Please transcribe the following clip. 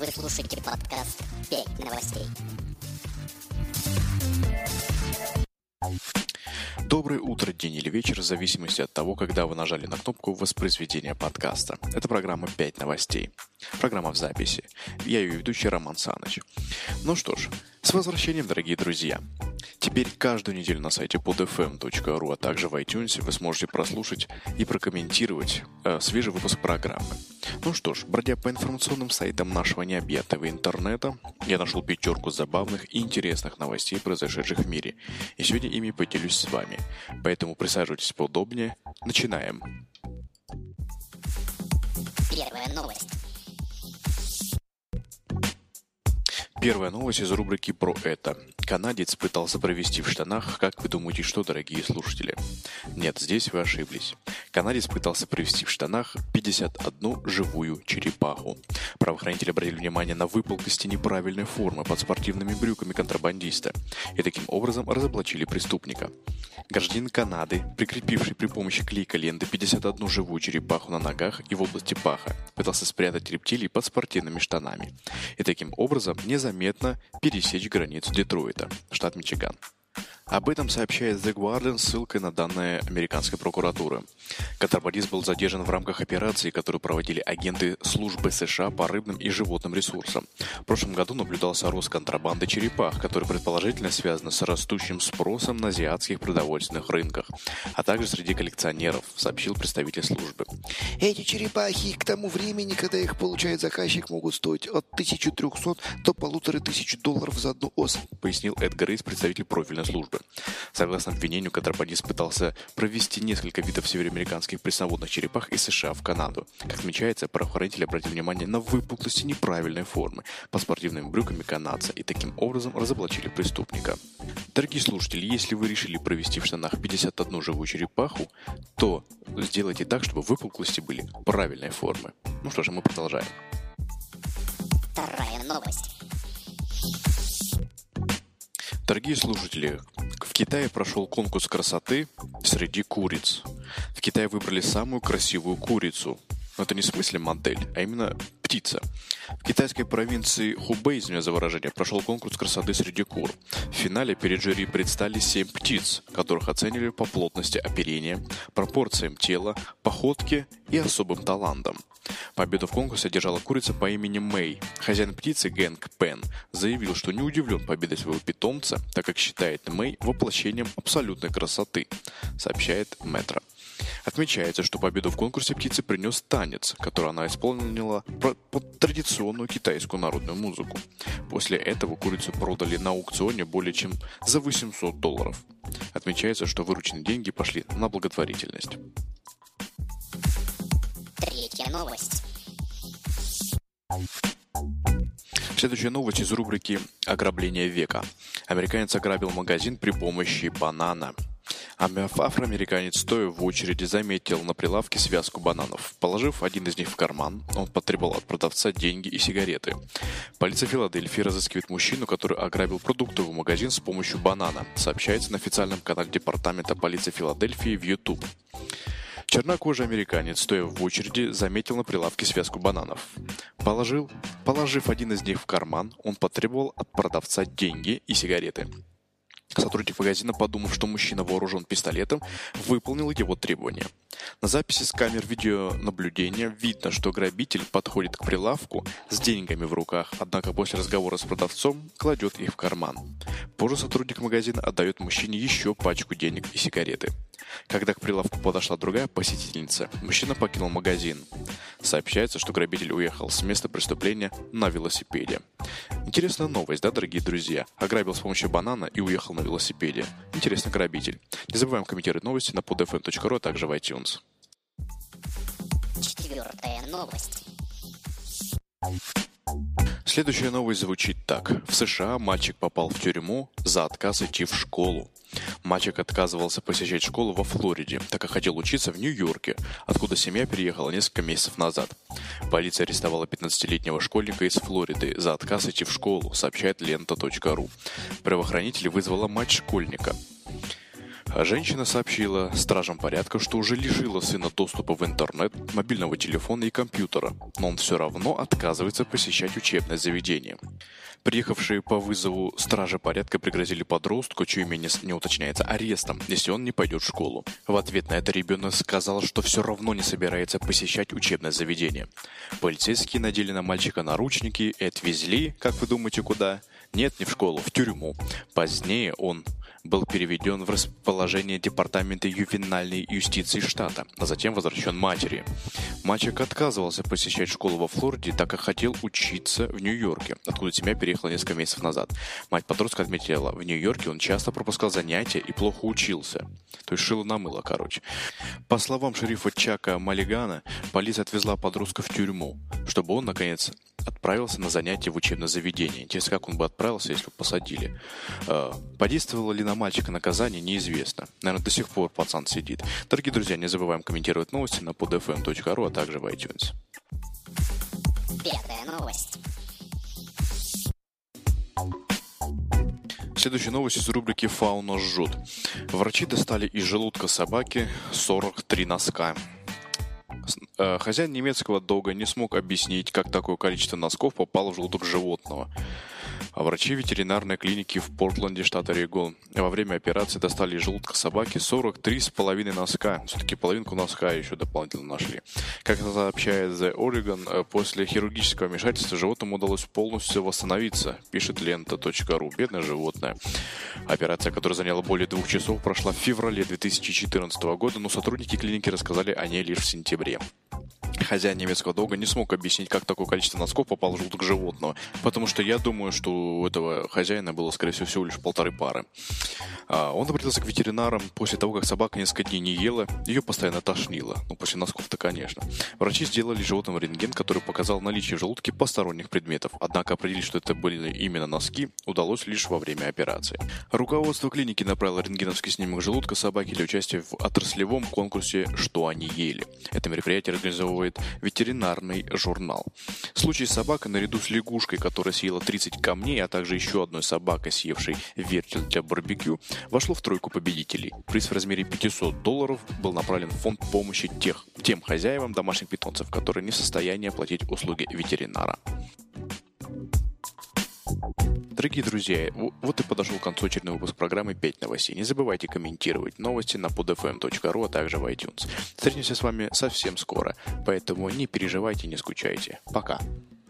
Вы слушаете подкаст «5 новостей». Доброе утро, день или вечер, в зависимости от того, когда вы нажали на кнопку воспроизведения подкаста. Это программа «5 новостей». Программа в записи. Я ее ведущий Роман Саныч. Ну что ж, с возвращением, дорогие друзья. Теперь каждую неделю на сайте podfm.ru, а также в iTunes вы сможете прослушать и прокомментировать свежий выпуск программы. Ну что ж, бродя по информационным сайтам нашего необъятного интернета, я нашел 5 забавных и интересных новостей, произошедших в мире, и сегодня ими поделюсь с вами. Поэтому присаживайтесь поудобнее. Начинаем. Первая новость. Первая новость из рубрики «Про это». Канадец пытался провести в штанах, как вы думаете, что, дорогие слушатели? Нет, здесь вы ошиблись. Канадец пытался провести в штанах 51 живую черепаху. Правоохранители обратили внимание на выпуклости неправильной формы под спортивными брюками контрабандиста и таким образом разоблачили преступника. Гражданин Канады, прикрепивший при помощи клейкой ленты 51 живую черепаху на ногах и в области паха, пытался спрятать рептилий под спортивными штанами и таким образом незаметно пересечь границу Детройта, штат Мичиган. Об этом сообщает The Guardian с ссылкой на данные американской прокуратуры. Контрабандист был задержан в рамках операции, которую проводили агенты службы США по рыбным и животным ресурсам. В прошлом году наблюдался рост контрабанды черепах, который предположительно связан с растущим спросом на азиатских продовольственных рынках, а также среди коллекционеров, сообщил представитель службы. Эти черепахи к тому времени, когда их получает заказчик, могут стоить от 1300 до $1500 за одну ос, пояснил Эдгар Рейс, представитель профильной службы. Согласно обвинению, контрабандист пытался провести несколько видов североамериканских пресноводных черепах из США в Канаду. Как отмечается, правоохранители обратили внимание на выпуклости неправильной формы под спортивными брюками канадца и таким образом разоблачили преступника. Дорогие слушатели, если вы решили провести в штанах 51 живую черепаху, то сделайте так, чтобы выпуклости были правильной формы. Ну что же, мы продолжаем. Вторая новость. Дорогие слушатели, в Китае прошел конкурс красоты среди куриц. В Китае выбрали самую красивую курицу. Но это не в смысле модель, а именно птица. В китайской провинции Хубэй, извиняюсь за выражение, прошел конкурс красоты среди кур. В финале перед жюри предстали 7 птиц, которых оценивали по плотности оперения, пропорциям тела, походке и особым талантам. Победу в конкурсе одержала курица по имени Мэй. Хозяин птицы Гэнг Пен заявил, что не удивлен победой своего питомца, так как считает Мэй воплощением абсолютной красоты, сообщает Метро. Отмечается, что победу в конкурсе птицы принес танец, который она исполнила под традиционную китайскую народную музыку. После этого курицу продали на аукционе более чем за $800. Отмечается, что вырученные деньги пошли на благотворительность. Третья новость. Следующая новость из рубрики «Ограбление века». Американец ограбил магазин при помощи банана. Афроамериканец, стоя в очереди, заметил на прилавке связку бананов. Положив один из них в карман, он потребовал от продавца деньги и сигареты. Полиция Филадельфии разыскивает мужчину, который ограбил продуктовый магазин с помощью банана, сообщается на официальном канале Департамента полиции Филадельфии в YouTube. Чернокожий американец, стоя в очереди, заметил на прилавке связку бананов. Положив один из них в карман, он потребовал от продавца деньги и сигареты. Сотрудник магазина, подумав, что мужчина вооружен пистолетом, выполнил его требования. На записи с камер видеонаблюдения видно, что грабитель подходит к прилавку с деньгами в руках, однако после разговора с продавцом кладет их в карман. Позже сотрудник магазина отдает мужчине еще пачку денег и сигареты. Когда к прилавку подошла другая посетительница, мужчина покинул магазин. Сообщается, что грабитель уехал с места преступления на велосипеде. Интересная новость, да, дорогие друзья? Ограбил с помощью банана и уехал на велосипеде. Интересный грабитель. Не забываем комментировать новости на podfm.ru, а также в iTunes. Четвертая новость. Следующая новость звучит так. В США мальчик попал в тюрьму за отказ идти в школу. Мальчик отказывался посещать школу во Флориде, так как хотел учиться в Нью-Йорке, откуда семья переехала несколько месяцев назад. Полиция арестовала 15-летнего школьника из Флориды за отказ идти в школу, сообщает лента.ру. Правоохранители вызвала мать школьника. Женщина сообщила стражам порядка, что уже лишила сына доступа в интернет, мобильного телефона и компьютера, но он все равно отказывается посещать учебное заведение. Приехавшие по вызову стражи порядка пригрозили подростку, чье имя не уточняется, арестом, если он не пойдет в школу. В ответ на это ребенок сказал, что все равно не собирается посещать учебное заведение. Полицейские надели на мальчика наручники и отвезли, как вы думаете, куда? Нет, не в школу, в тюрьму. Позднее он был переведен в расположение Департамента ювенальной юстиции штата, а затем возвращен матери. Мальчик отказывался посещать школу во Флориде, так как хотел учиться в Нью-Йорке, откуда семья переехала несколько месяцев назад. Мать подростка отметила, в Нью-Йорке он часто пропускал занятия и плохо учился. То есть шило на мыло, короче. По словам шерифа Чака Маллигана, полиция отвезла подростка в тюрьму, чтобы он, наконец, отправился на занятия в учебное заведение. Интересно, как он бы отправился, если бы посадили. Подействовало ли на мальчика наказание, неизвестно. Наверное, до сих пор пацан сидит. Дорогие друзья, не забываем комментировать новости на podfm.ru, а также в iTunes. Первая новость. Следующая новость из рубрики «Фауна жжет». Врачи достали из желудка собаки 43 носка. Хозяин немецкого дога не смог объяснить, как такое количество носков попало в желудок животного. А врачи ветеринарной клиники в Портленде, штат Орегон, во время операции достали из желудка собаки 43,5 носка. Все-таки половинку носка еще дополнительно нашли. Как это сообщает The Oregon, после хирургического вмешательства животному удалось полностью восстановиться, пишет лента.ру. Бедное животное. Операция, которая заняла более 2 часов, прошла в феврале 2014 года, но сотрудники клиники рассказали о ней лишь в сентябре. Хозяин немецкого дога не смог объяснить, как такое количество носков попало в желудок животного, потому что я думаю, что у этого хозяина было, скорее всего лишь 1,5 пары. Он обратился к ветеринарам после того, как собака несколько дней не ела, ее постоянно тошнило. Ну, после носков-то, конечно. Врачи сделали животному рентген, который показал наличие в желудке посторонних предметов, однако определить, что это были именно носки, удалось лишь во время операции. Руководство клиники направило рентгеновский снимок желудка собаки для участия в отраслевом конкурсе «Что они ели». Это мероприятие организовывает ветеринарный журнал. Случай с собакой наряду с лягушкой, которая съела 30 камней, а также еще одной собакой, съевшей вертел для барбекю, вошло в тройку победителей. Приз в размере $500 был направлен в фонд помощи тем хозяевам домашних питомцев, которые не в состоянии оплатить услуги ветеринара. Дорогие друзья, вот и подошел к концу очередной выпуск программы «5 новостей». Не забывайте комментировать новости на podfm.ru, а также в iTunes. Встретимся с вами совсем скоро, поэтому не переживайте, не скучайте. Пока.